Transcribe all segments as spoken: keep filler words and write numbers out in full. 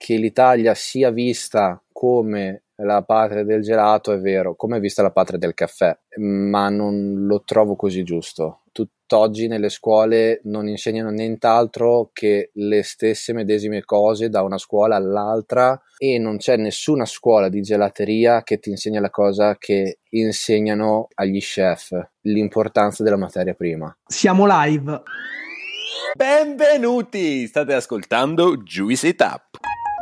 che l'Italia sia vista come la patria del gelato è vero, come è vista la patria del caffè, ma non lo trovo così giusto. Tutt'oggi nelle scuole non insegnano nient'altro che le stesse medesime cose da una scuola all'altra, e non c'è nessuna scuola di gelateria che ti insegna la cosa che insegnano agli chef, l'importanza della materia prima. Siamo live. Benvenuti! State ascoltando Juicy Tap.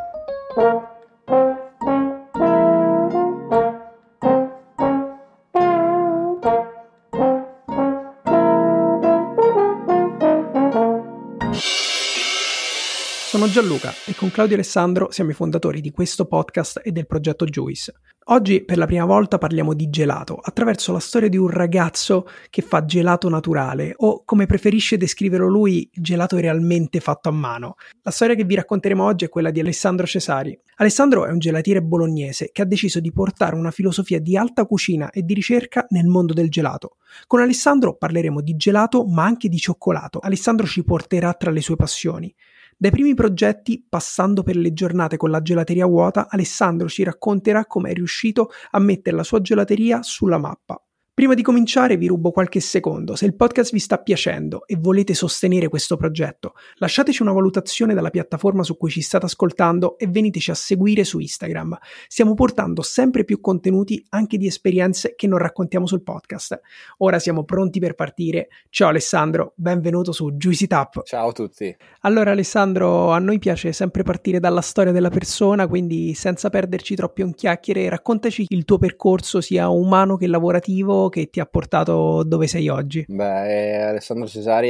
Sono Gianluca e con Claudio Alessandro siamo i fondatori di questo podcast e del progetto Juice. Oggi per la prima volta parliamo di gelato attraverso la storia di un ragazzo che fa gelato naturale, o come preferisce descriverlo lui, gelato realmente fatto a mano. La storia che vi racconteremo oggi è quella di Alessandro Cesari. Alessandro è un gelatiere bolognese che ha deciso di portare una filosofia di alta cucina e di ricerca nel mondo del gelato. Con Alessandro parleremo di gelato ma anche di cioccolato. Alessandro ci porterà tra le sue passioni. Dai primi progetti, passando per le giornate con la gelateria vuota, Alessandro ci racconterà come è riuscito a mettere la sua gelateria sulla mappa. Prima di cominciare vi rubo qualche secondo. Se il podcast vi sta piacendo e volete sostenere questo progetto, lasciateci una valutazione dalla piattaforma su cui ci state ascoltando e veniteci a seguire su Instagram. Stiamo portando sempre più contenuti anche di esperienze che non raccontiamo sul podcast. Ora siamo pronti per partire. Ciao Alessandro, benvenuto su Juicy Tap. Ciao a tutti. Allora Alessandro, a noi piace sempre partire dalla storia della persona, quindi senza perderci troppo in chiacchiere, raccontaci il tuo percorso sia umano che lavorativo che ti ha portato dove sei oggi. Beh, Alessandro Cesari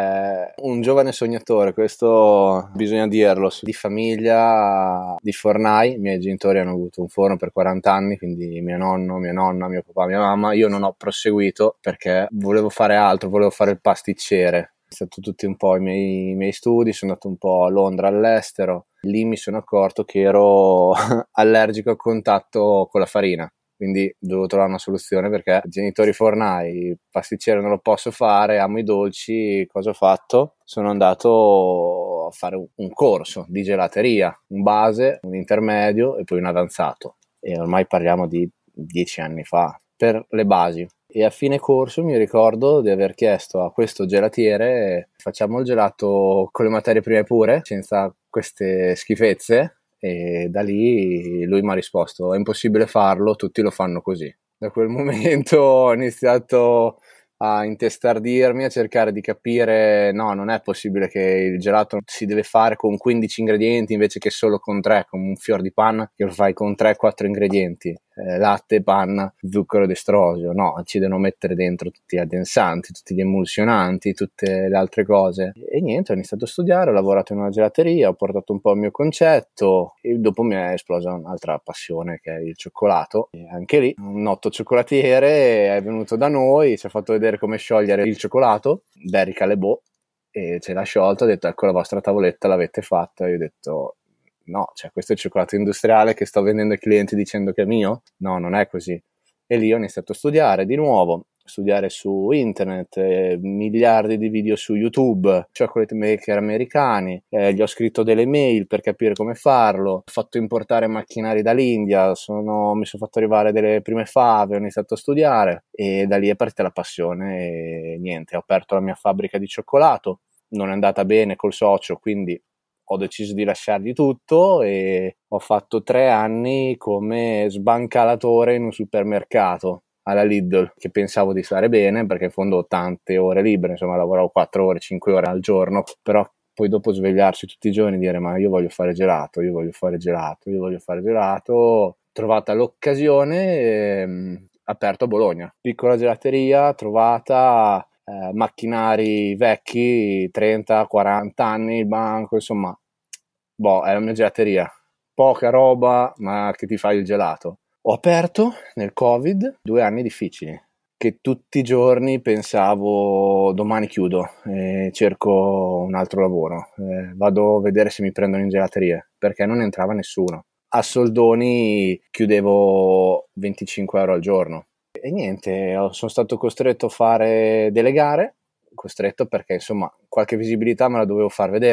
è un giovane sognatore, questo bisogna dirlo, di famiglia di fornai. I miei genitori hanno avuto un forno per quaranta anni, quindi mio nonno, mia nonna, mio papà, mia mamma. Io non ho proseguito perché volevo fare altro, volevo fare il pasticcere. È stato tutti un po' i miei, i miei studi, sono andato un po' a Londra, all'estero. Lì mi sono accorto che ero allergico al contatto con la farina. Quindi dovevo trovare una soluzione perché genitori fornai, pasticcere non lo posso fare, amo i dolci. Cosa ho fatto? Sono andato a fare un corso di gelateria, un base, un intermedio e poi un avanzato. E ormai parliamo di dieci anni fa, per le basi. E a fine corso mi ricordo di aver chiesto a questo gelatiere: facciamo il gelato con le materie prime pure, senza queste schifezze? E da lì lui mi ha risposto: è impossibile farlo, tutti lo fanno così. Da quel momento ho iniziato a intestardirmi, a cercare di capire no, non è possibile che il gelato si deve fare con quindici ingredienti invece che solo con tre, come un fior di panna che lo fai con tre quattro ingredienti, eh, latte, panna, zucchero ed estrosio. No, ci devono mettere dentro tutti gli addensanti, tutti gli emulsionanti, tutte le altre cose. E niente, ho iniziato a studiare, ho lavorato in una gelateria, ho portato un po' il mio concetto e dopo mi è esplosa un'altra passione che è il cioccolato. E anche lì un noto cioccolatiere è venuto da noi, ci ha fatto vedere come sciogliere il cioccolato, Barry Callebaut, e ce l'ha sciolto, ha detto: ecco la vostra tavoletta, l'avete fatta. E io ho detto: no, cioè questo è il cioccolato industriale che sto vendendo ai clienti dicendo che è mio? No, non è così. E lì ho iniziato a studiare di nuovo, studiare su internet, eh, miliardi di video su YouTube, chocolate maker americani, eh, gli ho scritto delle mail per capire come farlo, ho fatto importare macchinari dall'India, sono, mi sono fatto arrivare delle prime fave, ho iniziato a studiare e da lì è partita la passione e niente, ho aperto la mia fabbrica di cioccolato, non è andata bene col socio, quindi ho deciso di lasciargli tutto e ho fatto tre anni come sbancalatore in un supermercato alla Lidl, che pensavo di stare bene perché in fondo ho tante ore libere, insomma lavoravo quattro ore, cinque ore al giorno, però poi dopo svegliarsi tutti i giorni e dire ma io voglio fare gelato, io voglio fare gelato, io voglio fare gelato, trovata l'occasione, ehm, aperto a Bologna, piccola gelateria trovata, eh, macchinari vecchi, trenta quaranta anni, il banco, insomma, boh, è la mia gelateria, poca roba ma che ti fai il gelato. Ho aperto nel Covid, due anni difficili, che tutti i giorni pensavo domani chiudo e cerco un altro lavoro, eh, vado a vedere se mi prendono in gelateria, perché non entrava nessuno. A soldoni chiudevo venticinque euro al giorno e niente, sono stato costretto a fare delle gare, costretto perché insomma qualche visibilità me la dovevo far vedere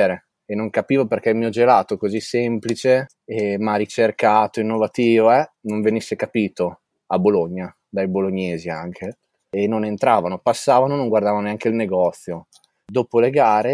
e non capivo perché il mio gelato così semplice eh, ma ricercato, innovativo eh, non venisse capito a Bologna, dai bolognesi anche, e non entravano, passavano, non guardavano neanche il negozio. Dopo le gare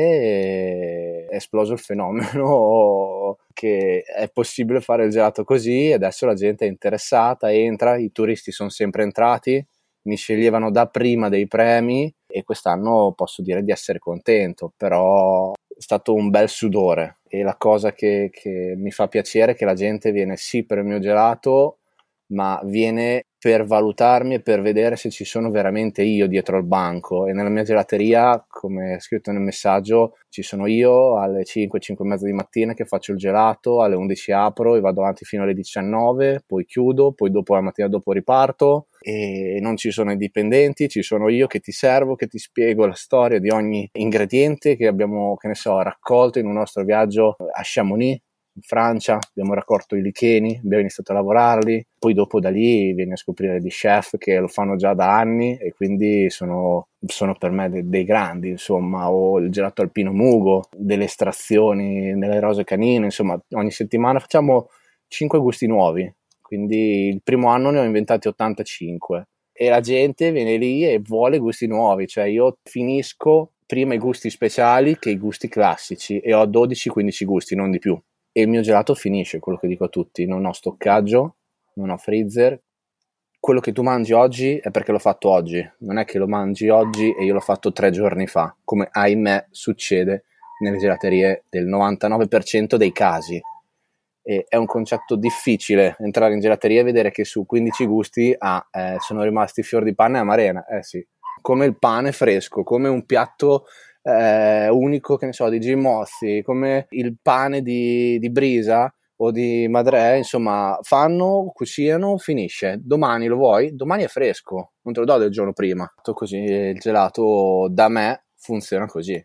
eh, è esploso il fenomeno che è possibile fare il gelato così, e adesso la gente è interessata, entra, i turisti sono sempre entrati, mi sceglievano da prima dei premi e quest'anno posso dire di essere contento, però è stato un bel sudore, e la cosa che, che mi fa piacere è che la gente viene sì per il mio gelato, ma viene per valutarmi e per vedere se ci sono veramente io dietro al banco. E nella mia gelateria, come è scritto nel messaggio, ci sono io alle cinque, cinque e mezza di mattina che faccio il gelato, alle undici apro e vado avanti fino alle diciannove, poi chiudo, poi dopo la mattina dopo riparto, e non ci sono i dipendenti, ci sono io che ti servo, che ti spiego la storia di ogni ingrediente che abbiamo, che ne so, raccolto in un nostro viaggio a Chamonix, in Francia. Abbiamo raccolto i licheni, abbiamo iniziato a lavorarli, poi dopo da lì vieni a scoprire di chef che lo fanno già da anni e quindi sono, sono per me dei, dei grandi, insomma, o il gelato alpino Mugo, delle estrazioni nelle rose canine, insomma ogni settimana facciamo cinque gusti nuovi, quindi il primo anno ne ho inventati ottantacinque e la gente viene lì e vuole gusti nuovi, cioè io finisco prima i gusti speciali che i gusti classici e ho dodici quindici gusti, non di più. E il mio gelato finisce, quello che dico a tutti, non ho stoccaggio, non ho freezer. Quello che tu mangi oggi è perché l'ho fatto oggi, non è che lo mangi oggi e io l'ho fatto tre giorni fa, come ahimè succede nelle gelaterie del novantanove per cento dei casi. E è un concetto difficile entrare in gelateria e vedere che su quindici gusti ah, eh, sono rimasti fior di panna e amarena, eh sì, come il pane fresco, come un piatto Eh, unico, che ne so, di Jim Mozzi, come il pane di, di Brisa o di Madrè, insomma, fanno, cucinano, finisce. Domani lo vuoi? Domani è fresco, non te lo do del giorno prima. Così il gelato da me funziona così.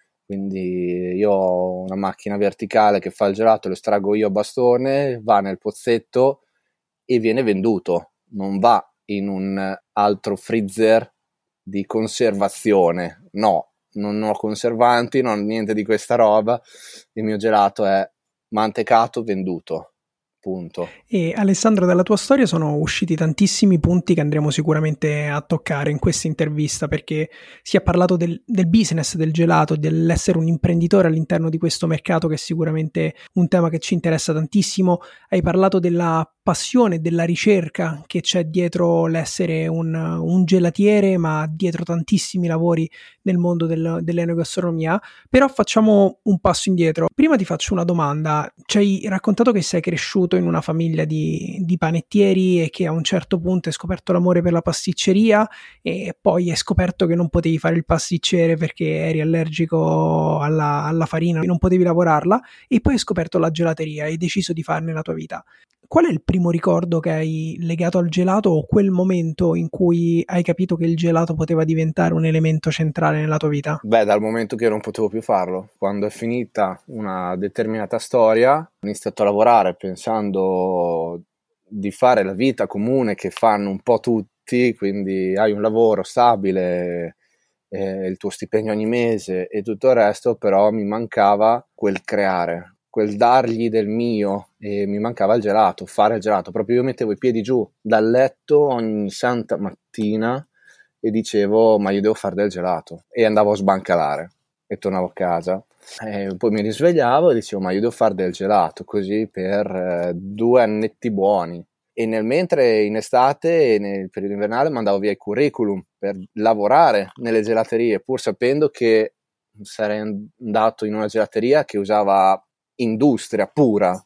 Quindi io ho una macchina verticale che fa il gelato, lo estraggo io a bastone, va nel pozzetto e viene venduto, non va in un altro freezer di conservazione, no. Non ho conservanti, non ho niente di questa roba. Il mio gelato è mantecato, venduto, punto. E Alessandro, dalla tua storia sono usciti tantissimi punti che andremo sicuramente a toccare in questa intervista, perché si è parlato del, del business del gelato, dell'essere un imprenditore all'interno di questo mercato, che è sicuramente un tema che ci interessa tantissimo. Hai parlato della passione, della ricerca che c'è dietro l'essere un, un gelatiere, ma dietro tantissimi lavori nel mondo del, dell'enogastronomia. Però facciamo un passo indietro. Prima ti faccio una domanda. Ci hai raccontato che sei cresciuto in una famiglia di, di panettieri e che a un certo punto hai scoperto l'amore per la pasticceria e poi hai scoperto che non potevi fare il pasticcere perché eri allergico alla, alla farina, non potevi lavorarla, e poi hai scoperto la gelateria e hai deciso di farne la tua vita. Qual è il primo ricordo che hai legato al gelato, o quel momento in cui hai capito che il gelato poteva diventare un elemento centrale nella tua vita? Beh, dal momento che non potevo più farlo. Quando è finita una determinata storia, ho iniziato a lavorare pensando di fare la vita comune che fanno un po' tutti, quindi hai un lavoro stabile, eh, il tuo stipendio ogni mese e tutto il resto, però mi mancava quel creare, quel dargli del mio, e mi mancava il gelato, fare il gelato. Proprio io mettevo i piedi giù dal letto ogni santa mattina e dicevo ma io devo fare del gelato, e andavo a sbancalare e tornavo a casa e poi mi risvegliavo e dicevo ma io devo fare del gelato, così per eh, due annetti buoni. E nel mentre in estate e nel periodo invernale mandavo via i curriculum per lavorare nelle gelaterie, pur sapendo che sarei andato in una gelateria che usava industria pura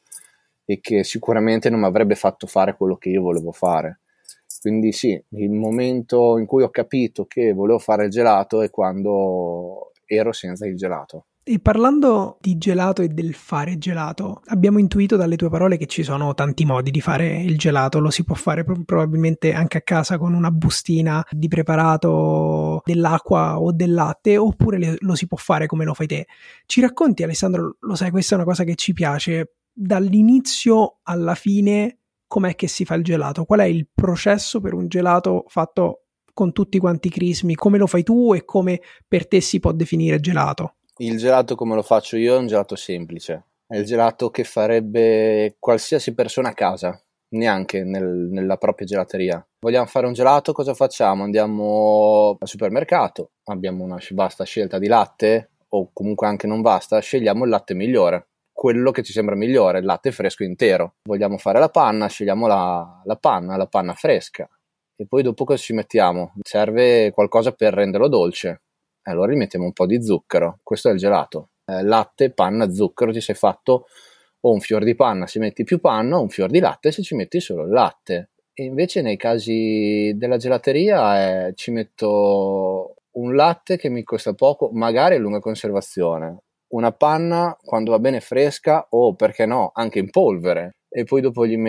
e che sicuramente non mi avrebbe fatto fare quello che io volevo fare. Quindi sì, il momento in cui ho capito che volevo fare il gelato è quando ero senza il gelato. E parlando di gelato e del fare gelato, abbiamo intuito dalle tue parole che ci sono tanti modi di fare il gelato. Lo si può fare probabilmente anche a casa con una bustina di preparato dell'acqua o del latte, oppure lo si può fare come lo fai te. Ci racconti, Alessandro, lo sai, questa è una cosa che ci piace, dall'inizio alla fine com'è che si fa il gelato? Qual è il processo per un gelato fatto con tutti quanti i crismi? Come lo fai tu e come per te si può definire gelato? Il gelato come lo faccio io è un gelato semplice, è il gelato che farebbe qualsiasi persona a casa, neanche nel, nella propria gelateria. Vogliamo fare un gelato, cosa facciamo? Andiamo al supermercato, abbiamo una vasta scelta di latte, o comunque anche non basta, scegliamo il latte migliore, quello che ci sembra migliore, il latte fresco intero. Vogliamo fare la panna, scegliamo la, la panna, la panna fresca. E poi dopo cosa ci mettiamo? Serve qualcosa per renderlo dolce. Allora gli mettiamo un po' di zucchero. Questo è il gelato. Eh, latte, panna, zucchero. Ti sei fatto o un fior di panna se metti più panna, o un fior di latte se ci metti solo il latte. E invece nei casi della gelateria eh, ci metto un latte che mi costa poco, magari a lunga conservazione. Una panna quando va bene fresca, o perché no, anche in polvere. E poi dopo gli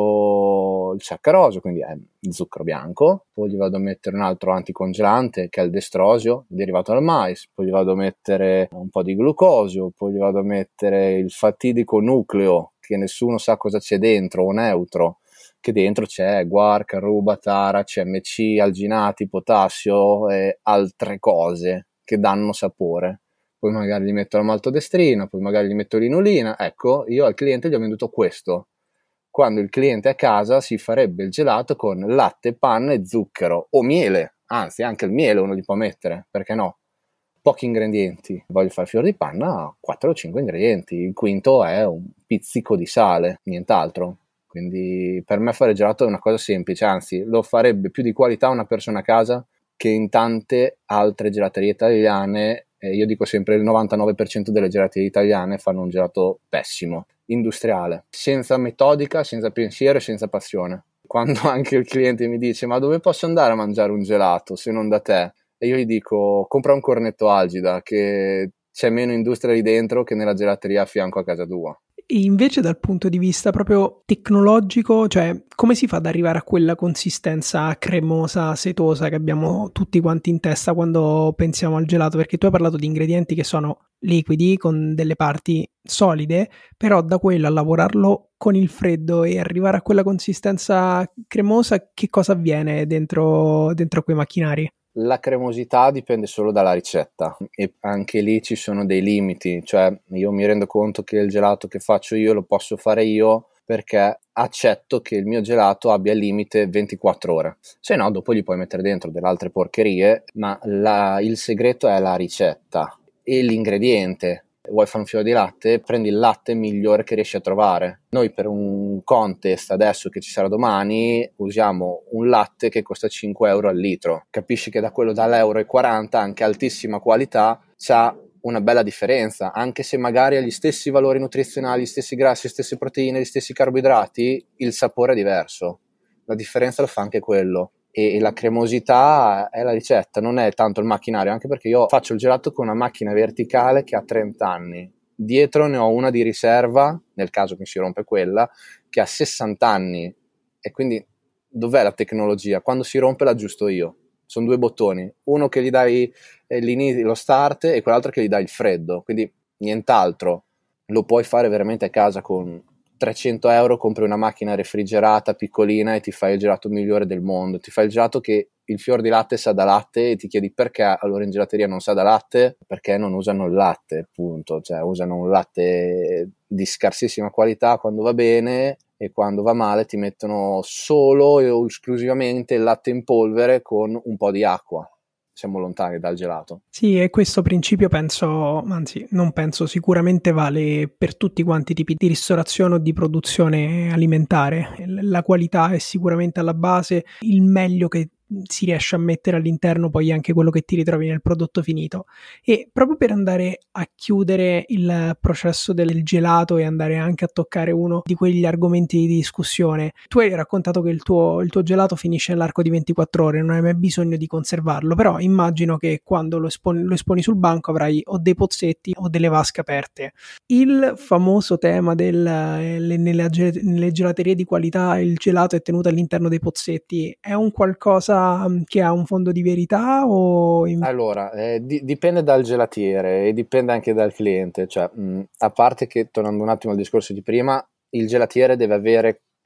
metto il saccaroso, quindi è il zucchero bianco, poi gli vado a mettere un altro anticongelante che è il destrosio derivato dal mais, poi gli vado a mettere un po' di glucosio, poi gli vado a mettere il fatidico nucleo che nessuno sa cosa c'è dentro, o neutro, che dentro c'è guar, ruba, tara, C M C, alginati, potassio e altre cose che danno sapore. Poi magari gli metto la maltodestrina, poi magari gli metto l'inulina. Ecco, io al cliente gli ho venduto questo. Quando il cliente è a casa si farebbe il gelato con latte, panna e zucchero, o miele, anzi anche il miele uno gli può mettere, perché no? Pochi ingredienti. Voglio fare fior di panna, quattro o cinque ingredienti, il quinto è un pizzico di sale, nient'altro. Quindi per me fare il gelato è una cosa semplice, anzi lo farebbe più di qualità una persona a casa che in tante altre gelaterie italiane. Eh, io dico sempre il novantanove per cento delle gelaterie italiane fanno un gelato pessimo, industriale, senza metodica, senza pensiero e senza passione. Quando anche il cliente mi dice ma dove posso andare a mangiare un gelato se non da te? E io gli dico compra un cornetto Algida, che c'è meno industria lì dentro che nella gelateria a fianco a casa tua. E invece dal punto di vista proprio tecnologico, cioè come si fa ad arrivare a quella consistenza cremosa, setosa che abbiamo tutti quanti in testa quando pensiamo al gelato? Perché tu hai parlato di ingredienti che sono liquidi con delle parti solide, però da quello a lavorarlo con il freddo e arrivare a quella consistenza cremosa, che cosa avviene dentro, dentro quei macchinari? La cremosità dipende solo dalla ricetta e anche lì ci sono dei limiti, cioè io mi rendo conto che il gelato che faccio io lo posso fare io perché accetto che il mio gelato abbia il limite ventiquattro ore, se no dopo gli puoi mettere dentro delle altre porcherie, ma la, il segreto è la ricetta e l'ingrediente. Vuoi fare un fiore di latte? Prendi il latte migliore che riesci a trovare. Noi per un contest adesso che ci sarà domani usiamo un latte che costa cinque euro al litro. Capisci che da quello dall'euro e quaranta, anche altissima qualità, c'ha una bella differenza, anche se magari ha gli stessi valori nutrizionali, gli stessi grassi, le stesse proteine, gli stessi carboidrati, il sapore è diverso. La differenza lo fa anche quello. E la cremosità è la ricetta, non è tanto il macchinario, anche perché io faccio il gelato con una macchina verticale che ha trenta anni, dietro ne ho una di riserva, nel caso che si rompe quella, che ha sessanta anni, e quindi dov'è la tecnologia? Quando si rompe l'aggiusto io, sono due bottoni, uno che gli dai eh, lo start e quell'altro che gli dà il freddo, quindi nient'altro. Lo puoi fare veramente a casa con trecento euro, compri una macchina refrigerata piccolina e ti fai il gelato migliore del mondo, ti fai il gelato che il fior di latte sa da latte e ti chiedi perché allora in gelateria non sa da latte, perché non usano il latte, appunto, cioè usano un latte di scarsissima qualità quando va bene e quando va male ti mettono solo e esclusivamente il latte in polvere con un po' di acqua. Siamo lontani dal gelato. Sì, e questo principio penso, anzi non penso, sicuramente vale per tutti quanti i tipi di ristorazione o di produzione alimentare. La qualità è sicuramente alla base, il meglio che si riesce a mettere all'interno poi anche quello che ti ritrovi nel prodotto finito. E proprio per andare a chiudere il processo del gelato e andare anche a toccare uno di quegli argomenti di discussione, tu hai raccontato che il tuo, il tuo gelato finisce nell'arco di ventiquattro ore, non hai mai bisogno di conservarlo, però immagino che quando lo esponi, lo esponi sul banco avrai o dei pozzetti o delle vasche aperte. Il famoso tema del le, nelle, nelle gelaterie di qualità il gelato è tenuto all'interno dei pozzetti è un qualcosa che ha un fondo di verità o in... Allora, eh, di- dipende dal gelatiere e dipende anche dal cliente, cioè mh, a parte che, tornando un attimo al discorso di prima, il gelatiere deve avere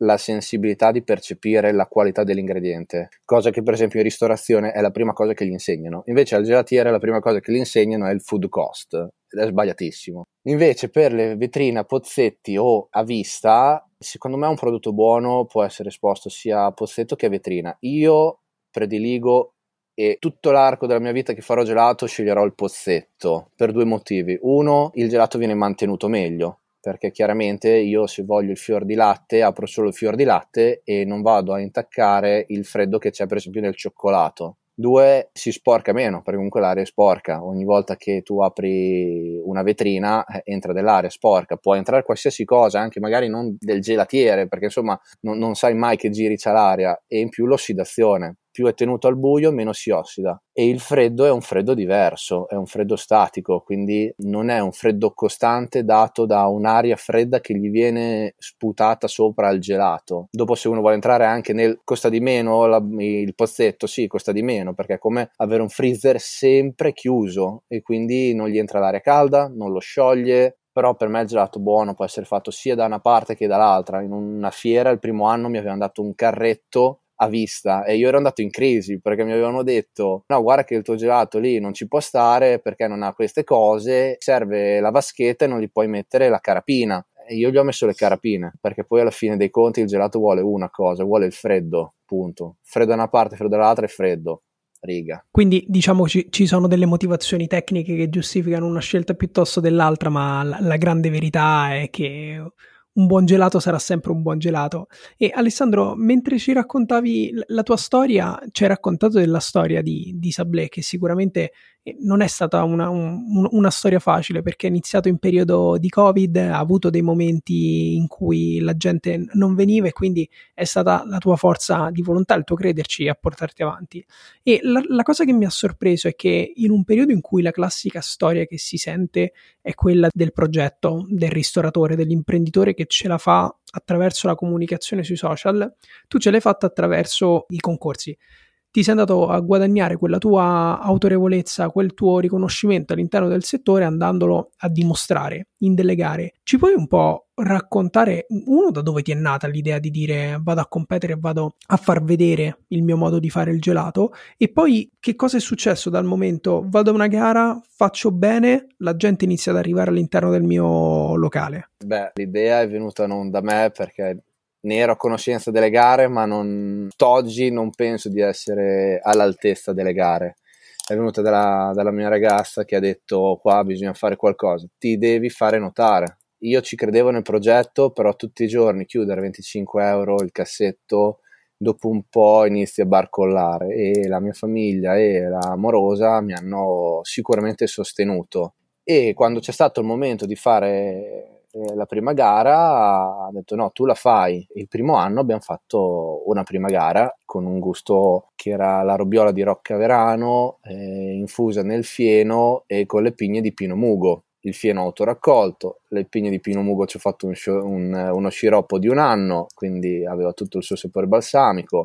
la sensibilità di percepire la qualità dell'ingrediente, cosa che per esempio in ristorazione è la prima cosa che gli insegnano. Invece al gelatiere la prima cosa che gli insegnano è il food cost, ed è sbagliatissimo. Invece per le vetrine a pozzetti o a vista, secondo me un prodotto buono può essere esposto sia a pozzetto che a vetrina. Io prediligo, e tutto l'arco della mia vita che farò gelato sceglierò il pozzetto per due motivi. Uno, il gelato viene mantenuto meglio, perché chiaramente io, se voglio il fior di latte, apro solo il fior di latte e non vado a intaccare il freddo che c'è per esempio nel cioccolato. Due, si sporca meno, perché comunque l'aria è sporca. Ogni volta che tu apri una vetrina eh, entra dell'aria sporca. Può entrare qualsiasi cosa, anche magari non del gelatiere, perché insomma non, non sai mai che giri c'è l'aria. E in più l'ossidazione, più è tenuto al buio meno si ossida, e il freddo è un freddo diverso, è un freddo statico, quindi non è un freddo costante dato da un'aria fredda che gli viene sputata sopra al gelato. Dopo, se uno vuole entrare anche nel costa di meno la, il pozzetto, sì, costa di meno, perché è come avere un freezer sempre chiuso e quindi non gli entra l'aria calda, non lo scioglie. Però per me il gelato buono può essere fatto sia da una parte che dall'altra. In una fiera il primo anno mi avevano dato un carretto a vista e io ero andato in crisi, perché mi avevano detto: no, guarda che il tuo gelato lì non ci può stare perché non ha queste cose, serve la vaschetta e non gli puoi mettere la carapina. E io gli ho messo le carapine, perché poi alla fine dei conti il gelato vuole una cosa, vuole il freddo, punto. Freddo da una parte, freddo dall'altra e freddo, riga. Quindi diciamo ci, ci sono delle motivazioni tecniche che giustificano una scelta piuttosto dell'altra, ma la, la grande verità è che un buon gelato sarà sempre un buon gelato. E Alessandro, mentre ci raccontavi la tua storia, ci hai raccontato della storia di, di Sablé, che sicuramente non è stata una, un, una storia facile, perché è iniziato in periodo di Covid, ha avuto dei momenti in cui la gente non veniva e quindi è stata la tua forza di volontà, il tuo crederci a portarti avanti. E la, la cosa che mi ha sorpreso è che in un periodo in cui la classica storia che si sente è quella del progetto, del ristoratore, dell'imprenditore che ce la fa attraverso la comunicazione sui social, tu ce l'hai fatta attraverso i concorsi. Ti sei andato a guadagnare quella tua autorevolezza, quel tuo riconoscimento all'interno del settore andandolo a dimostrare in delle gare. Ci puoi un po' raccontare, uno, da dove ti è nata l'idea di dire vado a competere e vado a far vedere il mio modo di fare il gelato, e poi che cosa è successo dal momento vado a una gara, faccio bene, la gente inizia ad arrivare all'interno del mio locale? Beh, l'idea è venuta non da me, perché ne ero a conoscenza delle gare, ma non, oggi non penso di essere all'altezza delle gare. È venuta dalla, dalla mia ragazza, che ha detto: qua bisogna fare qualcosa, ti devi fare notare. Io ci credevo nel progetto, però tutti i giorni chiudere venticinque euro il cassetto, dopo un po' inizi a barcollare, e la mia famiglia e la amorosa mi hanno sicuramente sostenuto. E quando c'è stato il momento di fare la prima gara, ha detto: no, tu la fai. Il primo anno abbiamo fatto una prima gara con un gusto che era la robbiola di Roccaverano eh, infusa nel fieno e con le pigne di Pino Mugo. Il fieno autoraccolto, le pigne di Pino Mugo ci ho fatto un, un, uno sciroppo di un anno, quindi aveva tutto il suo sapore balsamico,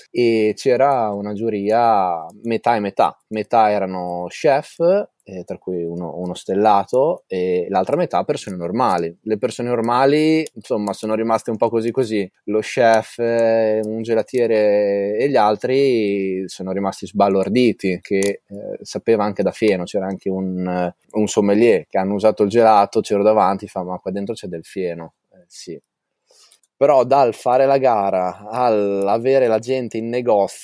e c'era una giuria metà e metà. Metà erano chef, eh, tra cui uno, uno stellato, e l'altra metà persone normali. Le persone normali, insomma, sono rimaste un po' così così. Lo chef, eh, un gelatiere e gli altri sono rimasti sbalorditi, che eh, sapeva anche da fieno. C'era anche un, un sommelier che hanno usato il gelato, c'ero davanti, fa: ma qua dentro c'è del fieno. Eh, sì. Però dal fare la gara all'avere la gente in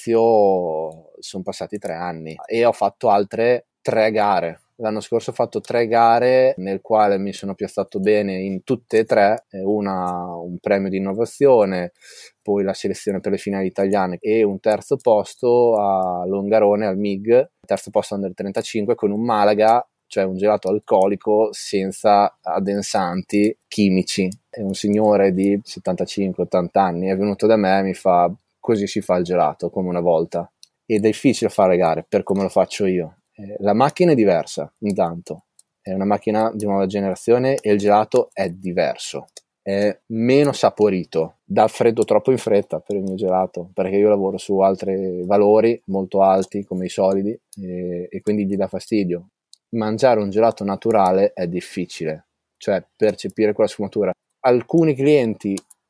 negozio sono passati tre anni, e ho fatto altre tre gare. L'anno scorso ho fatto tre gare nel quale mi sono piazzato bene in tutte e tre, una un premio di innovazione, poi la selezione per le finali italiane e un terzo posto a Longarone al M I G, terzo posto under trentacinque con un Malaga, cioè un gelato alcolico senza addensanti chimici. È un signore di settantacinque ottanta anni, è venuto da me e mi fa: così si fa il gelato, come una volta. Ed è difficile fare gare per come lo faccio io. Eh, la macchina è diversa, intanto è una macchina di nuova generazione e il gelato è diverso, è meno saporito, dà freddo troppo in fretta per il mio gelato, perché io lavoro su altri valori molto alti come i solidi, e, e quindi gli dà fastidio. Mangiare un gelato naturale è difficile, cioè percepire quella sfumatura. Alcuni clienti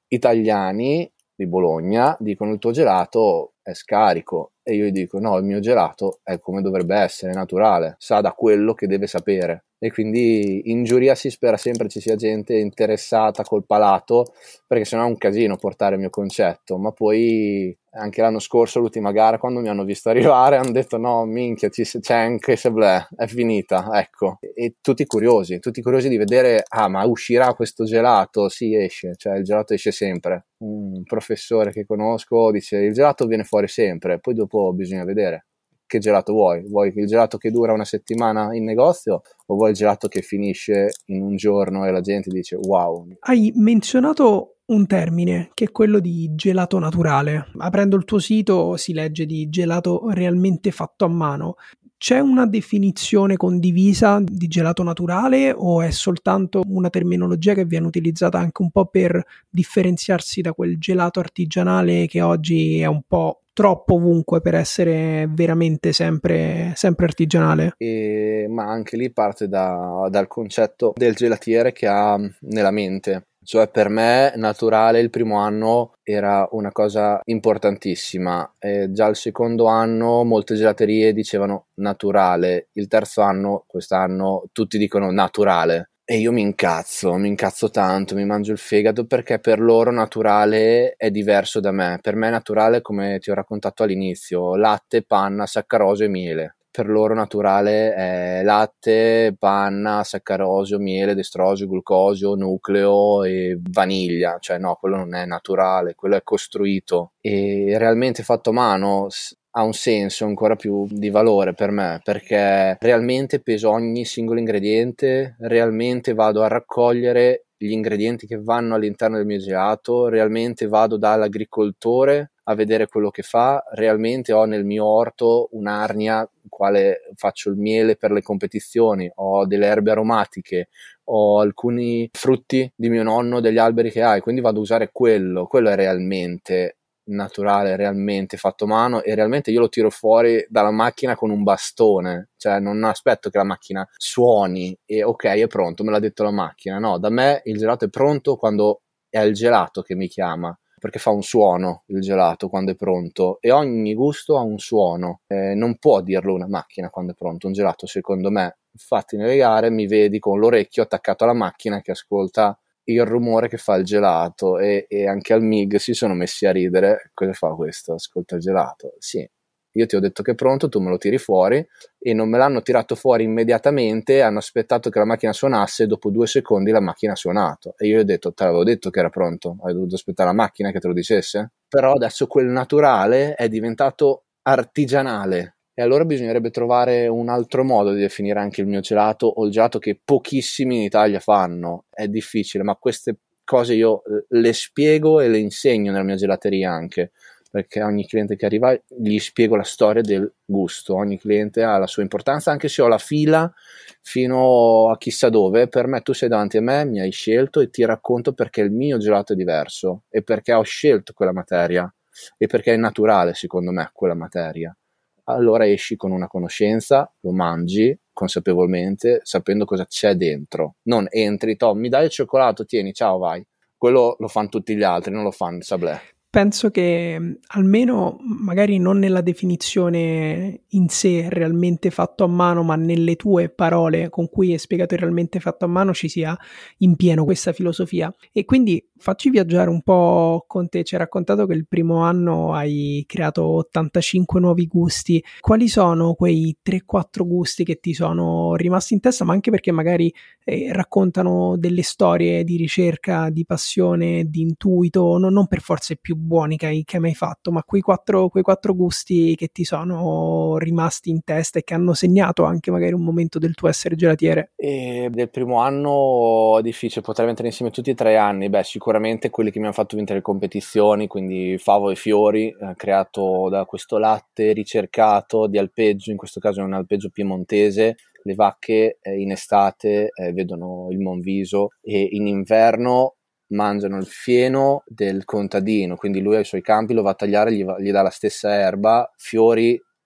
italiani di Bologna dicono il tuo gelato è scarico, e io gli dico no, il mio gelato è come dovrebbe essere, naturale, sa da quello che deve sapere. E quindi in giuria si spera sempre ci sia gente interessata col palato, perché sennò è un casino portare il mio concetto. Ma poi anche l'anno scorso, l'ultima gara, quando mi hanno visto arrivare, hanno detto no, minchia, ci, c'è anche se bleh, è finita, ecco. E, e tutti curiosi, tutti curiosi di vedere, ah, ma uscirà questo gelato? Sì, esce, cioè il gelato esce sempre. Un professore che conosco dice il gelato viene fuori sempre, poi dopo bisogna vedere che gelato vuoi. Vuoi il gelato che dura una settimana in negozio, o vuoi il gelato che finisce in un giorno e la gente dice wow? Hai menzionato un termine che è quello di gelato naturale. Aprendo il tuo sito si legge di gelato realmente fatto a mano. C'è una definizione condivisa di gelato naturale, o è soltanto una terminologia che viene utilizzata anche un po' per differenziarsi da quel gelato artigianale che oggi è un po' troppo ovunque per essere veramente sempre, sempre artigianale? E, ma anche lì parte da, dal concetto del gelatiere che ha nella mente. Cioè, per me naturale il primo anno era una cosa importantissima, e già il secondo anno molte gelaterie dicevano naturale, il terzo anno, quest'anno, tutti dicono naturale. E io mi incazzo, mi incazzo tanto, mi mangio il fegato, perché per loro naturale è diverso da me. Per me naturale, come ti ho raccontato all'inizio, latte, panna, saccarosio e miele. Per loro naturale è latte, panna, saccarosio, miele, destrosio, glucosio, nucleo e vaniglia. Cioè no, quello non è naturale, quello è costruito. E realmente fatto a mano ha un senso ancora più di valore per me, perché realmente peso ogni singolo ingrediente, realmente vado a raccogliere gli ingredienti che vanno all'interno del mio gelato, realmente vado dall'agricoltore a vedere quello che fa, realmente ho nel mio orto un'arnia quale faccio il miele per le competizioni, ho delle erbe aromatiche, ho alcuni frutti di mio nonno, degli alberi che hai, quindi vado a usare quello, quello è realmente naturale, realmente fatto a mano, e realmente io lo tiro fuori dalla macchina con un bastone, cioè non aspetto che la macchina suoni e ok, è pronto, me l'ha detto la macchina. No, da me il gelato è pronto quando è il gelato che mi chiama, perché fa un suono il gelato quando è pronto, e ogni gusto ha un suono, eh, non può dirlo una macchina quando è pronto. Un gelato, secondo me, infatti nelle gare mi vedi con l'orecchio attaccato alla macchina che ascolta il rumore che fa il gelato, e, e anche al M I G si sono messi a ridere. Cosa fa questo? Ascolta il gelato? Sì, io ti ho detto che è pronto, tu me lo tiri fuori, e non me l'hanno tirato fuori immediatamente, hanno aspettato che la macchina suonasse, e dopo due secondi la macchina ha suonato, e io gli ho detto te l'avevo detto che era pronto, hai dovuto aspettare la macchina che te lo dicesse? Però adesso quel naturale è diventato artigianale, e allora bisognerebbe trovare un altro modo di definire anche il mio gelato, o il gelato che pochissimi in Italia fanno. È difficile, ma queste cose io le spiego e le insegno nella mia gelateria anche, perché ogni cliente che arriva gli spiego la storia del gusto. Ogni cliente ha la sua importanza, anche se ho la fila fino a chissà dove. Per me tu sei davanti a me, mi hai scelto, e ti racconto perché il mio gelato è diverso, e perché ho scelto quella materia, e perché è naturale secondo me quella materia. Allora esci con una conoscenza, lo mangi consapevolmente, sapendo cosa c'è dentro. Non entri, to, mi dai il cioccolato, tieni, ciao, vai. Quello lo fanno tutti gli altri, non lo fanno il Sablé. Penso che almeno, magari non nella definizione in sé realmente fatto a mano, ma nelle tue parole con cui hai spiegato il realmente fatto a mano, ci sia in pieno questa filosofia. E quindi facci viaggiare un po' con te. Ci hai raccontato che il primo anno hai creato ottantacinque nuovi gusti. Quali sono quei tre quattro gusti che ti sono rimasti in testa, ma anche perché magari eh, raccontano delle storie di ricerca, di passione, di intuito, no, non per forza i più buoni che hai, che hai mai fatto, ma quei quattro, quei quattro gusti che ti sono rimasti in testa e che hanno segnato anche magari un momento del tuo essere gelatiere? E del primo anno è difficile, potrei mettere insieme tutti e tre anni. Beh, sicuramente quelli che mi hanno fatto vincere le competizioni, quindi Favo e Fiori, eh, creato da questo latte ricercato di alpeggio, in questo caso è un alpeggio piemontese. Le vacche eh, in estate eh, vedono il Monviso, e in inverno mangiano il fieno del contadino, quindi lui ai suoi campi lo va a tagliare, gli, va, gli dà la stessa erba. Fiori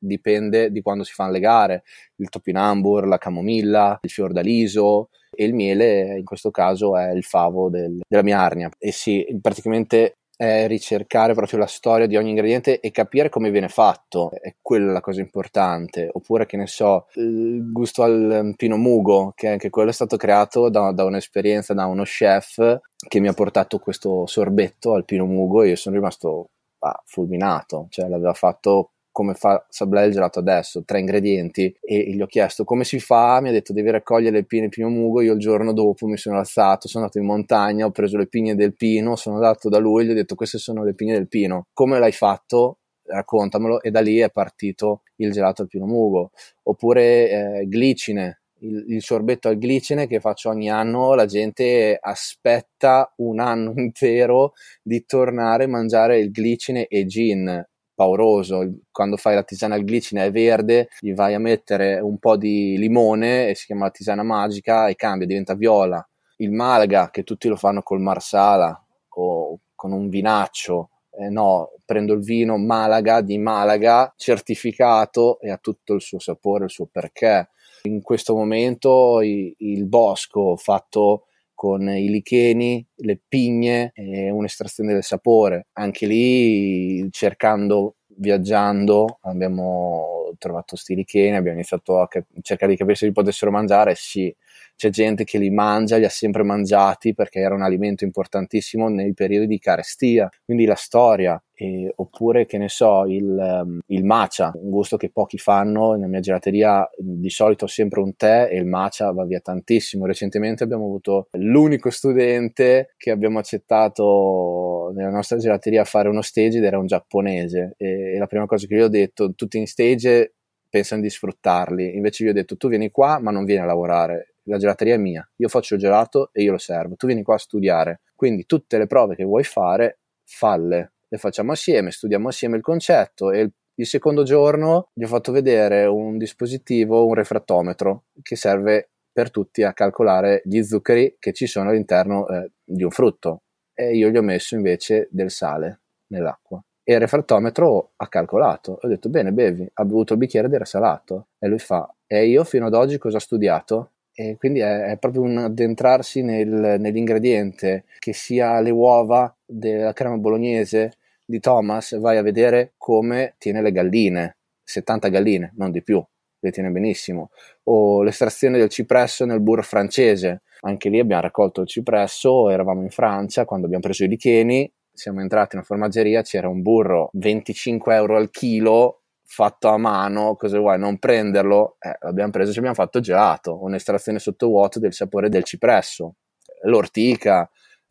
dipende di quando si fanno le gare, il topinambur, la camomilla, il fiordaliso, e il miele in questo caso è il favo del, della mia arnia. E sì, praticamente è ricercare proprio la storia di ogni ingrediente e capire come viene fatto, è quella la cosa importante. Oppure, che ne so, il gusto al Pinot Mugo, che anche quello è stato creato da, da un'esperienza, da uno chef che mi ha portato questo sorbetto al Pinot Mugo e io sono rimasto ah, fulminato, cioè l'aveva fatto come fa Sablé il gelato adesso, tre ingredienti, e gli ho chiesto come si fa, mi ha detto devi raccogliere le pigne Pinot Mugo. Io il giorno dopo mi sono alzato, sono andato in montagna, ho preso le pigne del pino, sono andato da lui e gli ho detto queste sono le pigne del pino, come l'hai fatto? Raccontamelo. E da lì è partito il gelato al Pinot Mugo. Oppure eh, glicine, il, il sorbetto al glicine che faccio ogni anno, la gente aspetta un anno intero di tornare a mangiare il glicine e gin. Pauroso, quando fai la tisana al glicine è verde, gli vai a mettere un po' di limone e si chiama la tisana magica e cambia, diventa viola. Il Malaga, che tutti lo fanno col Marsala o con un vinaccio, eh no, prendo il vino Malaga di Malaga certificato e ha tutto il suo sapore, il suo perché. In questo momento i, il bosco fatto con i licheni, le pigne e un'estrazione del sapore. Anche lì, cercando, viaggiando, abbiamo trovato sti licheni, abbiamo iniziato a cap- cercare di capire se li potessero mangiare. Sì, c'è gente che li mangia, li ha sempre mangiati perché era un alimento importantissimo nei periodi di carestia, quindi la storia. E, oppure, che ne so, il, um, il matcha, un gusto che pochi fanno. Nella mia gelateria di solito ho sempre un tè e il matcha va via tantissimo. Recentemente abbiamo avuto l'unico studente che abbiamo accettato nella nostra gelateria a fare uno stage ed era un giapponese, e, e la prima cosa che gli ho detto, tutti in stage pensano di sfruttarli, invece gli ho detto tu vieni qua ma non vieni a lavorare, la gelateria è mia, io faccio il gelato e io lo servo, tu vieni qua a studiare, quindi tutte le prove che vuoi fare falle, le facciamo assieme, studiamo assieme il concetto. E il, il secondo giorno gli ho fatto vedere un dispositivo, un refrattometro che serve per tutti a calcolare gli zuccheri che ci sono all'interno eh, di un frutto, e io gli ho messo invece del sale nell'acqua e il refrattometro ha calcolato. Ho detto bene, bevi, ha bevuto il bicchiere ed era salato, e lui fa e io fino ad oggi cosa ho studiato? E quindi è, è proprio un addentrarsi nel, nell'ingrediente, che sia le uova della crema bolognese di Thomas, vai a vedere come tiene le galline, settanta galline, non di più, le tiene benissimo. O l'estrazione del cipresso nel burro francese, anche lì abbiamo raccolto il cipresso, eravamo in Francia quando abbiamo preso i licheni, siamo entrati in una formaggeria, c'era un burro venticinque euro al chilo fatto a mano, cosa vuoi, non prenderlo? Eh, l'abbiamo preso, ci abbiamo fatto gelato, un'estrazione sottovuoto del sapore del cipresso, l'ortica.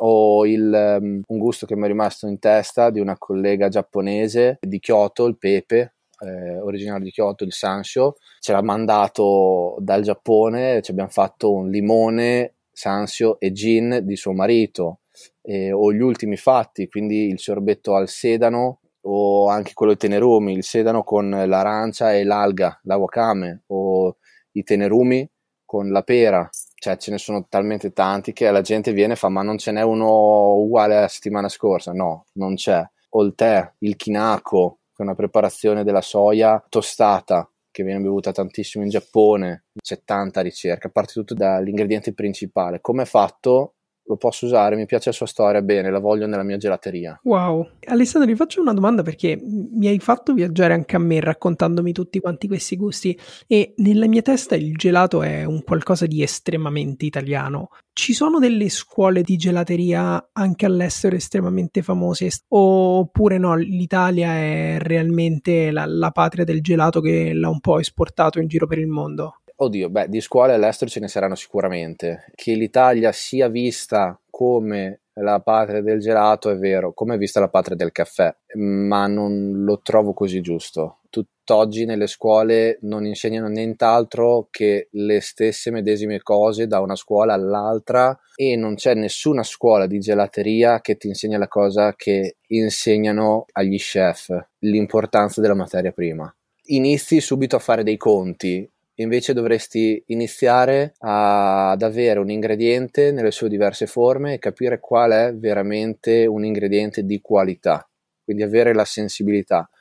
O il, um, un gusto che mi è rimasto in testa di una collega giapponese di Kyoto, il pepe eh, originario di Kyoto, il sansho, ce l'ha mandato dal Giappone, ci abbiamo fatto un limone, sansho e gin di suo marito. Eh, o gli ultimi fatti, quindi il sorbetto al sedano, o anche quello di tenerumi, il sedano con l'arancia e l'alga, la wakame, o i tenerumi con la pera. Cioè ce ne sono talmente tanti che la gente viene e fa ma non ce n'è uno uguale alla settimana scorsa? No, non c'è. O il tè, il kinako, che è una preparazione della soia tostata che viene bevuta tantissimo in Giappone. C'è tanta ricerca, parte tutto dall'ingrediente principale. Come è fatto? Lo posso usare, mi piace la sua storia, bene, la voglio nella mia gelateria. Wow. Alessandro, ti faccio una domanda perché mi hai fatto viaggiare anche a me raccontandomi tutti quanti questi gusti, e nella mia testa il gelato è un qualcosa di estremamente italiano. Ci sono delle scuole di gelateria anche all'estero estremamente famose, oppure no, l'Italia è realmente la, la patria del gelato che l'ha un po' esportato in giro per il mondo? Oddio, beh, di scuole all'estero ce ne saranno sicuramente. Che l'Italia sia vista come la patria del gelato è vero, come è vista la patria del caffè, ma non lo trovo così giusto. Tutt'oggi nelle scuole non insegnano nient'altro che le stesse medesime cose da una scuola all'altra, e non c'è nessuna scuola di gelateria che ti insegna la cosa che insegnano agli chef, l'importanza della materia prima. Inizi subito a fare dei conti. Invece dovresti iniziare a, ad avere un ingrediente nelle sue diverse forme e capire qual è veramente un ingrediente di qualità, quindi avere la sensibilità.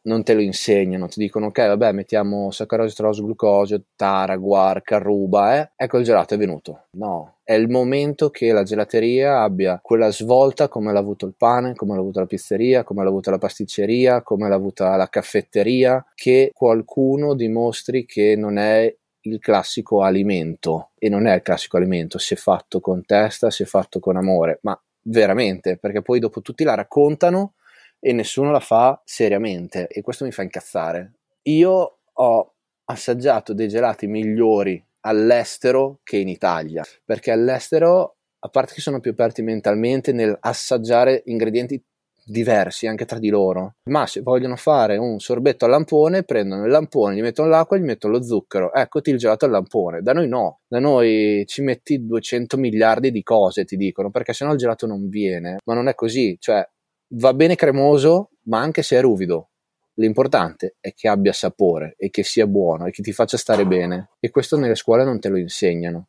non te lo insegnano, ti dicono ok vabbè mettiamo saccarosio, strozzo, glucosio, tara, guar, carruba, eh? Ecco il gelato è venuto. No, è il momento che la gelateria abbia quella svolta come l'ha avuto il pane, come l'ha avuto la pizzeria, come l'ha avuta la pasticceria, come l'ha avuta la caffetteria, che qualcuno dimostri che non è il classico alimento, e non è il classico alimento se fatto con testa, se fatto con amore, ma veramente, perché poi dopo tutti la raccontano e nessuno la fa seriamente, e questo mi fa incazzare. Io ho assaggiato dei gelati migliori all'estero che in Italia, perché all'estero, a parte che sono più aperti mentalmente nel assaggiare ingredienti diversi anche tra di loro, ma se vogliono fare un sorbetto al lampone prendono il lampone, gli mettono l'acqua e gli mettono lo zucchero, eccoti il gelato al lampone. Da noi no, da noi ci metti duecento miliardi di cose, ti dicono, perché sennò il gelato non viene, ma non è così, cioè va bene cremoso, ma anche se è ruvido, l'importante è che abbia sapore e che sia buono e che ti faccia stare bene, e questo nelle scuole non te lo insegnano.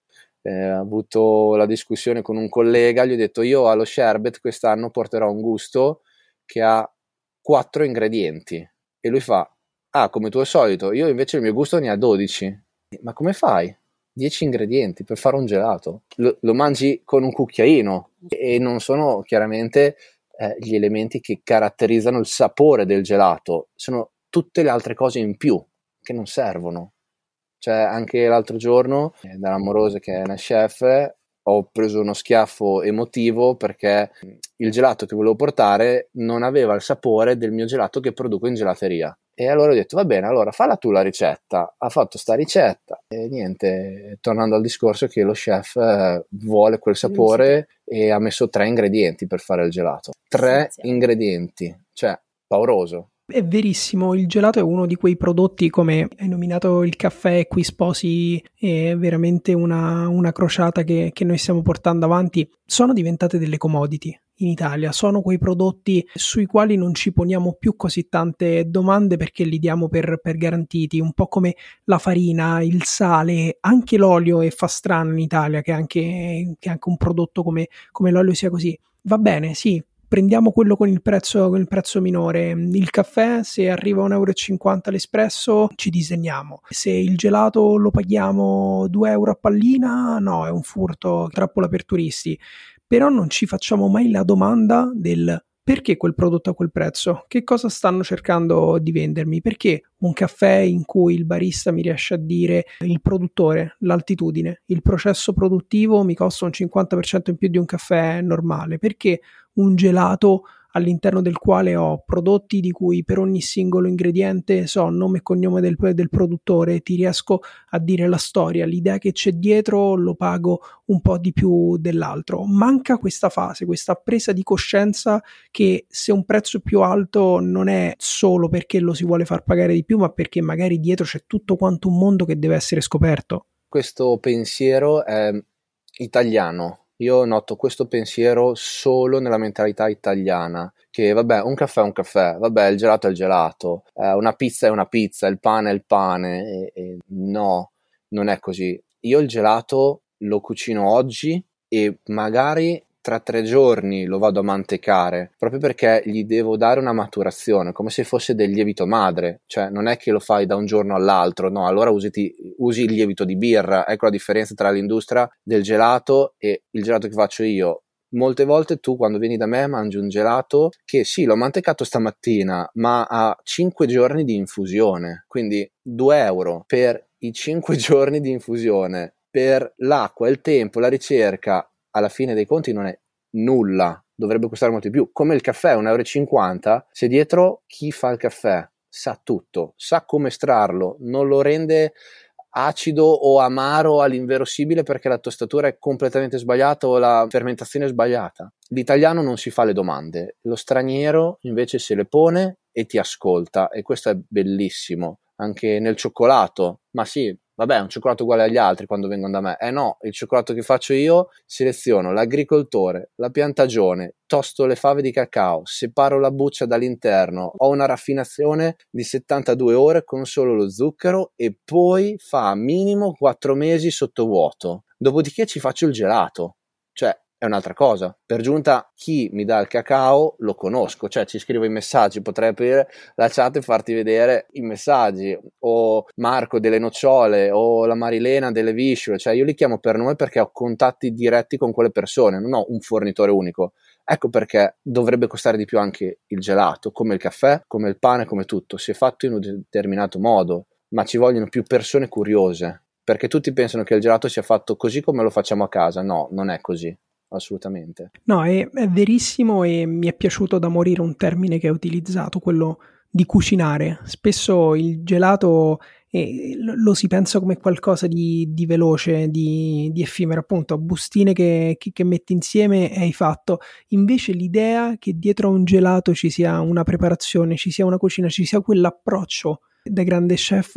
Eh, ho avuto la discussione con un collega, gli ho detto io allo sherbet quest'anno porterò un gusto che ha quattro ingredienti, e lui fa ah come tu al solito, io invece il mio gusto ne ha dodici. Ma come fai? dieci ingredienti per fare un gelato? Lo, lo mangi con un cucchiaino, e non sono chiaramente eh, gli elementi che caratterizzano il sapore del gelato, sono tutte le altre cose in più che non servono. Cioè anche l'altro giorno eh, dall'amorosa che è una chef ho preso uno schiaffo emotivo perché il gelato che volevo portare non aveva il sapore del mio gelato che produco in gelateria, e allora ho detto va bene, allora falla tu la ricetta. Ha fatto sta ricetta e niente, tornando al discorso che lo chef eh, vuole quel sapore, e ha messo tre ingredienti per fare il gelato, tre sì, sì. ingredienti, cioè pauroso. È verissimo, il gelato è uno di quei prodotti, come hai nominato il caffè, qui sposi è veramente una, una crociata che, che noi stiamo portando avanti. Sono diventate delle commodity in Italia, sono quei prodotti sui quali non ci poniamo più così tante domande perché li diamo per, per garantiti, un po' come la farina, il sale, anche l'olio, e fa strano in Italia che anche, che anche un prodotto come, come l'olio sia così. Va bene, sì, prendiamo quello con il prezzo, con il prezzo minore. Il caffè, se arriva a un euro e cinquanta l'espresso, ci disegniamo. Se il gelato lo paghiamo due euro a pallina, no, è un furto, trappola per turisti. Però non ci facciamo mai la domanda del perché quel prodotto a quel prezzo? Che cosa stanno cercando di vendermi? Perché un caffè in cui il barista mi riesce a dire il produttore, l'altitudine, il processo produttivo mi costa un cinquanta per cento in più di un caffè normale? Perché un gelato all'interno del quale ho prodotti di cui per ogni singolo ingrediente so nome e cognome del, del produttore, ti riesco a dire la storia, l'idea che c'è dietro, lo pago un po' di più dell'altro. Manca questa fase, questa presa di coscienza che se un prezzo è più alto non è solo perché lo si vuole far pagare di più, ma perché magari dietro c'è tutto quanto un mondo che deve essere scoperto. Questo pensiero è italiano. Io noto questo pensiero solo nella mentalità italiana, che vabbè, un caffè è un caffè, vabbè, il gelato è il gelato, eh, una pizza è una pizza, il pane è il pane, e, e no, non è così. Io il gelato lo cucino oggi e magari tra tre giorni lo vado a mantecare, proprio perché gli devo dare una maturazione, come se fosse del lievito madre, cioè non è che lo fai da un giorno all'altro, no, allora usi, usi il lievito di birra. Ecco la differenza tra l'industria del gelato e il gelato che faccio io. Molte volte tu quando vieni da me mangi un gelato che sì, l'ho mantecato stamattina, ma ha cinque giorni di infusione, quindi due euro per i cinque giorni di infusione, per l'acqua, il tempo, la ricerca. Alla fine dei conti non è nulla, dovrebbe costare molto di più. Come il caffè, un euro e cinquanta, se dietro chi fa il caffè sa tutto, sa come estrarlo, non lo rende acido o amaro all'inverosimile perché la tostatura è completamente sbagliata o la fermentazione è sbagliata. L'italiano non si fa le domande, lo straniero invece se le pone e ti ascolta, e questo è bellissimo. Anche nel cioccolato, ma sì, vabbè, è un cioccolato uguale agli altri quando vengono da me. Eh no, il cioccolato che faccio io seleziono l'agricoltore, la piantagione, tosto le fave di cacao, separo la buccia dall'interno, ho una raffinazione di settantadue ore con solo lo zucchero e poi fa minimo quattro mesi sottovuoto. Dopodiché ci faccio il gelato. Cioè, è un'altra cosa. Per giunta chi mi dà il cacao lo conosco, cioè ci scrivo i messaggi, potrei aprire la chat e farti vedere i messaggi, o Marco delle nocciole o la Marilena delle viscere, cioè io li chiamo per nome perché ho contatti diretti con quelle persone, non ho un fornitore unico. Ecco perché dovrebbe costare di più anche il gelato, come il caffè, come il pane, come tutto, se fatto in un determinato modo, ma ci vogliono più persone curiose, perché tutti pensano che il gelato sia fatto così come lo facciamo a casa. No, non è così. Assolutamente. No, è, è verissimo, e mi è piaciuto da morire un termine che hai utilizzato, quello di cucinare. Spesso il gelato eh, lo, lo si pensa come qualcosa di, di veloce, di, di effimero, appunto, bustine che, che, che metti insieme e hai fatto. Invece l'idea che dietro a un gelato ci sia una preparazione, ci sia una cucina, ci sia quell'approccio da grande chef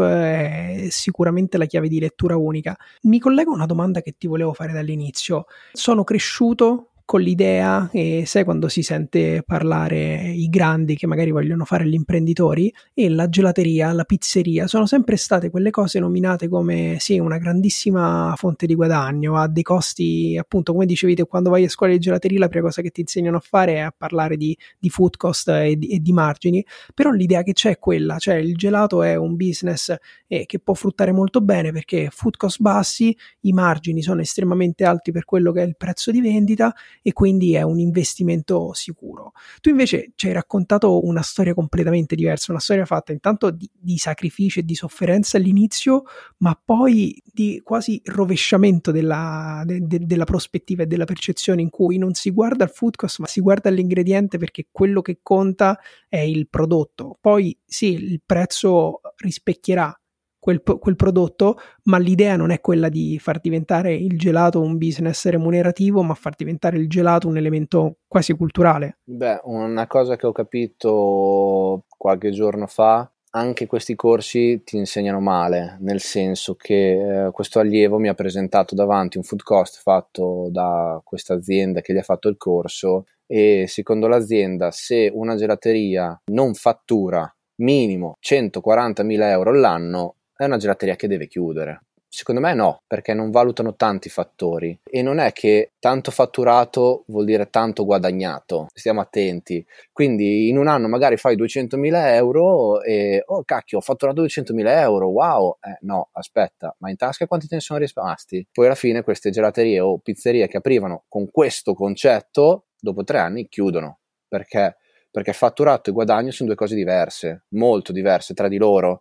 è sicuramente la chiave di lettura unica. Mi collego a una domanda che ti volevo fare dall'inizio. Sono cresciuto con l'idea, e sai quando si sente parlare i grandi che magari vogliono fare gli imprenditori, e la gelateria, la pizzeria sono sempre state quelle cose nominate come sì, una grandissima fonte di guadagno a dei costi, appunto, come dicevi te, quando vai a scuola di gelateria la prima cosa che ti insegnano a fare è a parlare di, di food cost e di, e di margini, però l'idea che c'è è quella, cioè il gelato è un business eh, che può fruttare molto bene perché food cost bassi, i margini sono estremamente alti per quello che è il prezzo di vendita, e quindi è un investimento sicuro. Tu invece ci hai raccontato una storia completamente diversa, una storia fatta intanto di, di sacrificio e di sofferenza all'inizio, ma poi di quasi rovesciamento della, de, de, della prospettiva e della percezione, in cui non si guarda al food cost ma si guarda all'ingrediente, perché quello che conta è il prodotto. Poi sì, il prezzo rispecchierà Quel, quel prodotto, ma l'idea non è quella di far diventare il gelato un business remunerativo, ma far diventare il gelato un elemento quasi culturale. Beh, una cosa che ho capito qualche giorno fa, anche questi corsi ti insegnano male, nel senso che eh, questo allievo mi ha presentato davanti un food cost fatto da questa azienda che gli ha fatto il corso, e secondo l'azienda, se una gelateria non fattura minimo centoquarantamila euro all'anno, è una gelateria che deve chiudere. Secondo me no, perché non valutano tanti fattori, e non è che tanto fatturato vuol dire tanto guadagnato, stiamo attenti. Quindi in un anno magari fai duecentomila euro e oh cacchio, ho fatturato duecentomila euro, wow, eh, no, aspetta, ma in tasca quanti te ne sono rimasti? Poi alla fine queste gelaterie o pizzerie che aprivano con questo concetto, dopo tre anni chiudono, perché perché fatturato e guadagno sono due cose diverse, molto diverse tra di loro.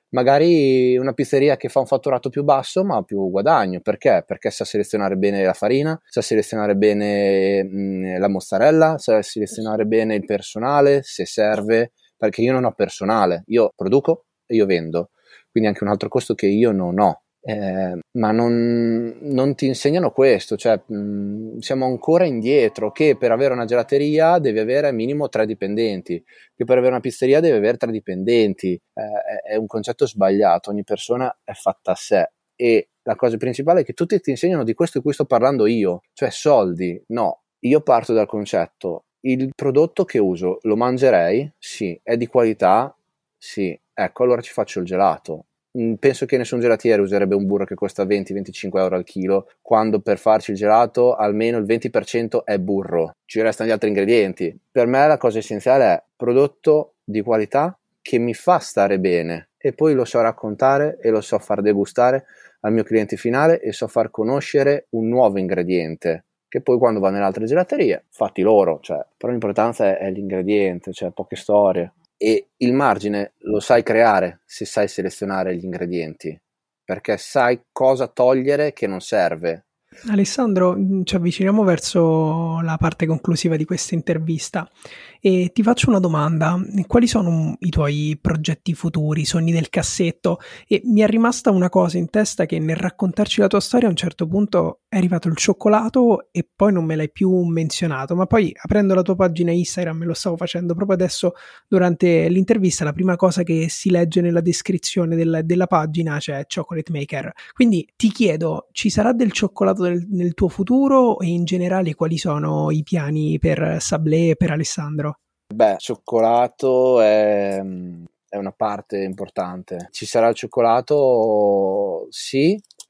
Magari una pizzeria che fa un fatturato più basso ma più guadagno, perché? Perché sa selezionare bene la farina, sa selezionare bene mh, la mozzarella, sa selezionare bene il personale, se serve, perché io non ho personale, io produco e io vendo, quindi anche un altro costo che io non ho. Eh, ma non, non ti insegnano questo, cioè mh, siamo ancora indietro, che per avere una gelateria devi avere minimo tre dipendenti, che per avere una pizzeria devi avere tre dipendenti. Eh, è un concetto sbagliato, ogni persona è fatta a sé, e la cosa principale è che tutti ti insegnano di questo di cui sto parlando io, cioè soldi. No, io parto dal concetto: il prodotto che uso lo mangerei? Sì. È di qualità? Sì. Ecco, allora ci faccio il gelato. Penso che nessun gelatiere userebbe un burro che costa venti venticinque euro al chilo, quando per farci il gelato almeno il venti per cento è burro, ci restano gli altri ingredienti. Per me la cosa essenziale è prodotto di qualità che mi fa stare bene, e poi lo so raccontare e lo so far degustare al mio cliente finale, e so far conoscere un nuovo ingrediente che poi quando va nelle altre gelaterie, fatti loro, cioè, però l'importanza è, è l'ingrediente, cioè poche storie. E il margine lo sai creare se sai selezionare gli ingredienti, perché sai cosa togliere che non serve. Alessandro, ci avviciniamo verso la parte conclusiva di questa intervista e ti faccio una domanda: quali sono i tuoi progetti futuri, sogni del cassetto? E mi è rimasta una cosa in testa, che nel raccontarci la tua storia a un certo punto è arrivato il cioccolato e poi non me l'hai più menzionato, ma poi aprendo la tua pagina Instagram, me lo stavo facendo proprio adesso durante l'intervista, la prima cosa che si legge nella descrizione del, della pagina c'è Chocolate Maker. Quindi ti chiedo, ci sarà del cioccolato nel, nel tuo futuro, e in generale quali sono i piani per Sablé e per Alessandro? Beh, cioccolato è, è una parte importante. Ci sarà il cioccolato? Sì,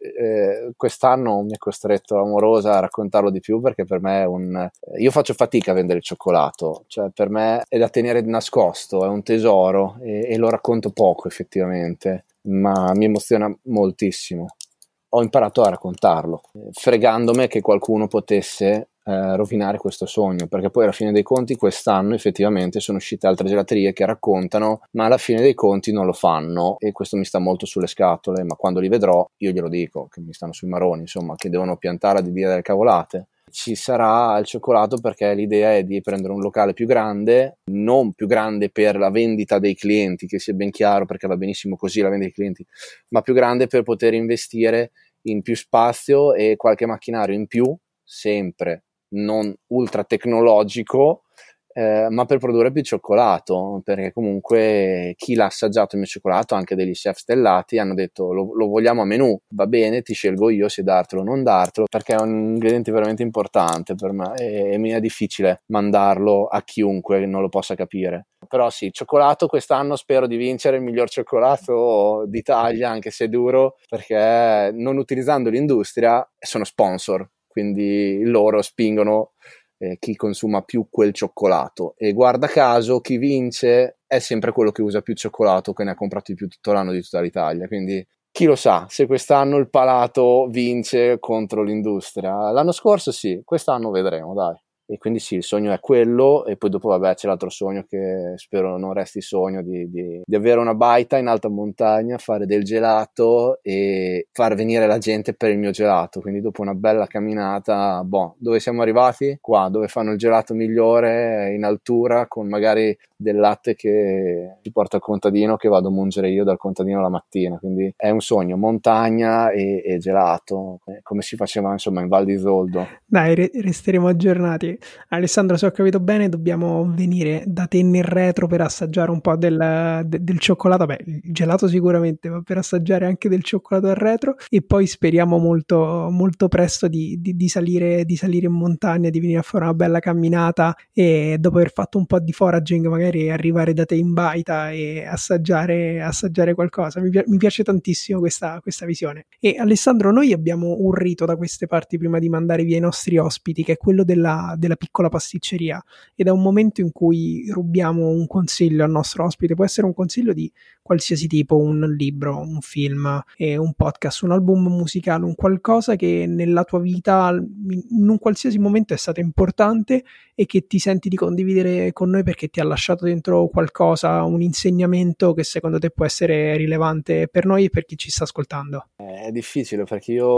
eh, quest'anno mi è costretto l'amorosa a raccontarlo di più, perché per me è un... Io faccio fatica a vendere il cioccolato, cioè per me è da tenere nascosto, è un tesoro e, e lo racconto poco effettivamente, ma mi emoziona moltissimo. Ho imparato a raccontarlo, fregandomene che qualcuno potesse eh, rovinare questo sogno, perché poi alla fine dei conti quest'anno effettivamente sono uscite altre gelaterie che raccontano, ma alla fine dei conti non lo fanno, e questo mi sta molto sulle scatole, ma quando li vedrò io glielo dico, che mi stanno sui maroni, insomma, che devono piantare di dire delle cavolate. Ci sarà il cioccolato perché l'idea è di prendere un locale più grande, non più grande per la vendita dei clienti, che sia ben chiaro, perché va benissimo così la vendita dei clienti, ma più grande per poter investire in più spazio e qualche macchinario in più, sempre non ultra tecnologico, eh, ma per produrre più cioccolato, perché comunque chi l'ha assaggiato il mio cioccolato, anche degli chef stellati, hanno detto lo, lo vogliamo a menù, va bene, ti scelgo io se dartelo o non dartelo, perché è un ingrediente veramente importante per me e, e mi è difficile mandarlo a chiunque non lo possa capire. Però sì, cioccolato quest'anno spero di vincere il miglior cioccolato d'Italia, anche se è duro, perché non utilizzando l'industria sono sponsor, quindi loro spingono eh, chi consuma più quel cioccolato, e guarda caso chi vince è sempre quello che usa più cioccolato, che ne ha comprato di più tutto l'anno di tutta l'Italia, quindi chi lo sa se quest'anno il palato vince contro l'industria. L'anno scorso sì, quest'anno vedremo, dai. E quindi sì, il sogno è quello, e poi dopo vabbè c'è l'altro sogno che spero non resti sogno, di, di, di avere una baita in alta montagna, fare del gelato e far venire la gente per il mio gelato, quindi dopo una bella camminata, boh, dove siamo arrivati? Qua, dove fanno il gelato migliore, in altura, con magari del latte che ci porta al contadino, che vado a mungere io dal contadino la mattina, quindi è un sogno, montagna e, e gelato, come si faceva insomma in Val di Zoldo. Dai, re- resteremo aggiornati. Alessandro, se ho capito bene, dobbiamo venire da te nel retro per assaggiare un po' del, de- del cioccolato. Beh, il gelato sicuramente, ma per assaggiare anche del cioccolato al retro. E poi speriamo molto, molto presto di, di, di, salire, di salire in montagna, di venire a fare una bella camminata e dopo aver fatto un po' di foraging magari arrivare da te in baita e assaggiare, assaggiare qualcosa. Mi, pi- mi piace tantissimo questa, questa visione. E Alessandro, noi abbiamo un rito da queste parti prima di mandare via i nostri ospiti, che è quello della, della piccola pasticceria, ed è un momento in cui rubiamo un consiglio al nostro ospite. Può essere un consiglio di qualsiasi tipo, un libro, un film, eh, un podcast, un album musicale, un qualcosa che nella tua vita in un qualsiasi momento è stato importante e che ti senti di condividere con noi perché ti ha lasciato dentro qualcosa, un insegnamento che secondo te può essere rilevante per noi e per chi ci sta ascoltando. È difficile perché io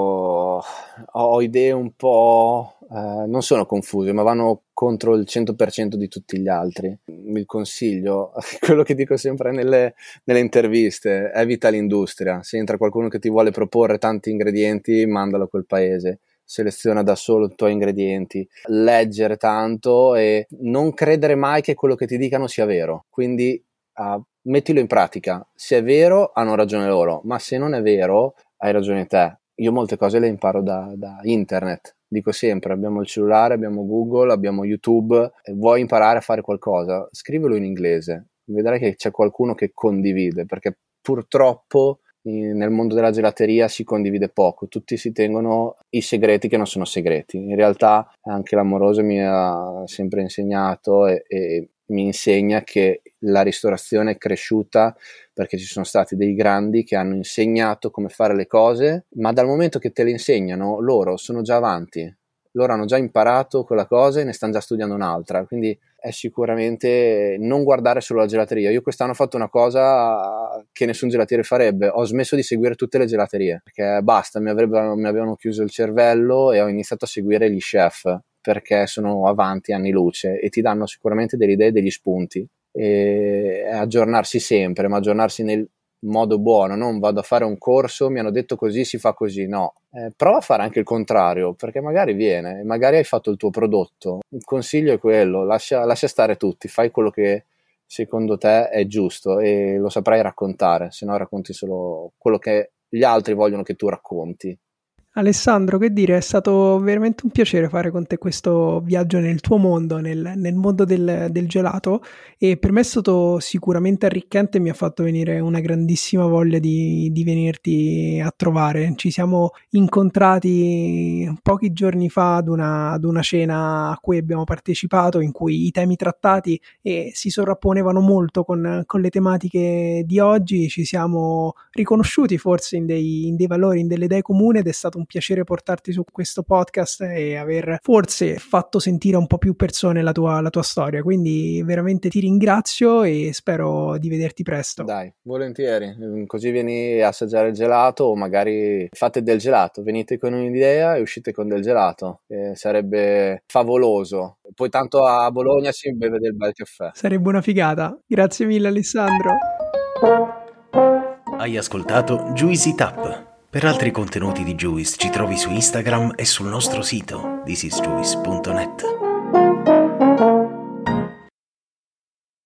ho idee un po', eh, non sono confuse, ma vanno contro il cento per cento di tutti gli altri. Il consiglio, quello che dico sempre nelle, nelle interviste, evita l'industria. Se entra qualcuno che ti vuole proporre tanti ingredienti, mandalo a quel paese. Seleziona da solo i tuoi ingredienti, leggere tanto e non credere mai che quello che ti dicano sia vero. Quindi uh, mettilo in pratica. Se è vero, hanno ragione loro, ma se non è vero, hai ragione te. Io molte cose le imparo da, da internet. Dico sempre, abbiamo il cellulare, abbiamo Google, abbiamo YouTube. Vuoi imparare a fare qualcosa? Scrivilo in inglese. Vedrai che c'è qualcuno che condivide, perché purtroppo nel mondo della gelateria si condivide poco, tutti si tengono i segreti che non sono segreti. In realtà anche l'amoroso mi ha sempre insegnato e, e mi insegna che la ristorazione è cresciuta perché ci sono stati dei grandi che hanno insegnato come fare le cose, ma dal momento che te le insegnano loro sono già avanti, loro hanno già imparato quella cosa e ne stanno già studiando un'altra, quindi è sicuramente non guardare solo la gelateria. Io quest'anno ho fatto una cosa che nessun gelatiere farebbe, ho smesso di seguire tutte le gelaterie, perché basta, mi, avrebbero, mi avevano chiuso il cervello e ho iniziato a seguire gli chef, perché sono avanti anni luce e ti danno sicuramente delle idee, degli spunti, e aggiornarsi sempre, ma aggiornarsi nel modo buono, non vado a fare un corso, mi hanno detto così, si fa così, no, eh, prova a fare anche il contrario, perché magari viene, magari hai fatto il tuo prodotto. Il consiglio è quello, lascia, lascia stare tutti, fai quello che secondo te è giusto e lo saprai raccontare, se no racconti solo quello che gli altri vogliono che tu racconti. Alessandro, che dire, è stato veramente un piacere fare con te questo viaggio nel tuo mondo, nel, nel mondo del, del gelato, e per me è stato sicuramente arricchente e mi ha fatto venire una grandissima voglia di, di venirti a trovare. Ci siamo incontrati pochi giorni fa ad una, ad una cena a cui abbiamo partecipato, in cui i temi trattati eh, si sovrapponevano molto con, con le tematiche di oggi. Ci siamo riconosciuti forse in dei, in dei valori, in delle idee comuni, ed è stato un piacere portarti su questo podcast e aver forse fatto sentire un po' più persone la tua, la tua storia, quindi veramente ti ringrazio e spero di vederti presto. Dai, volentieri, così vieni a assaggiare il gelato, o magari fate del gelato, venite con un'idea e uscite con del gelato, eh, sarebbe favoloso. Poi tanto a Bologna si beve del bel caffè. Sarebbe una figata. Grazie mille Alessandro. Hai ascoltato Juicy Tap. Per altri contenuti di Juice ci trovi su Instagram e sul nostro sito this is juice punto net.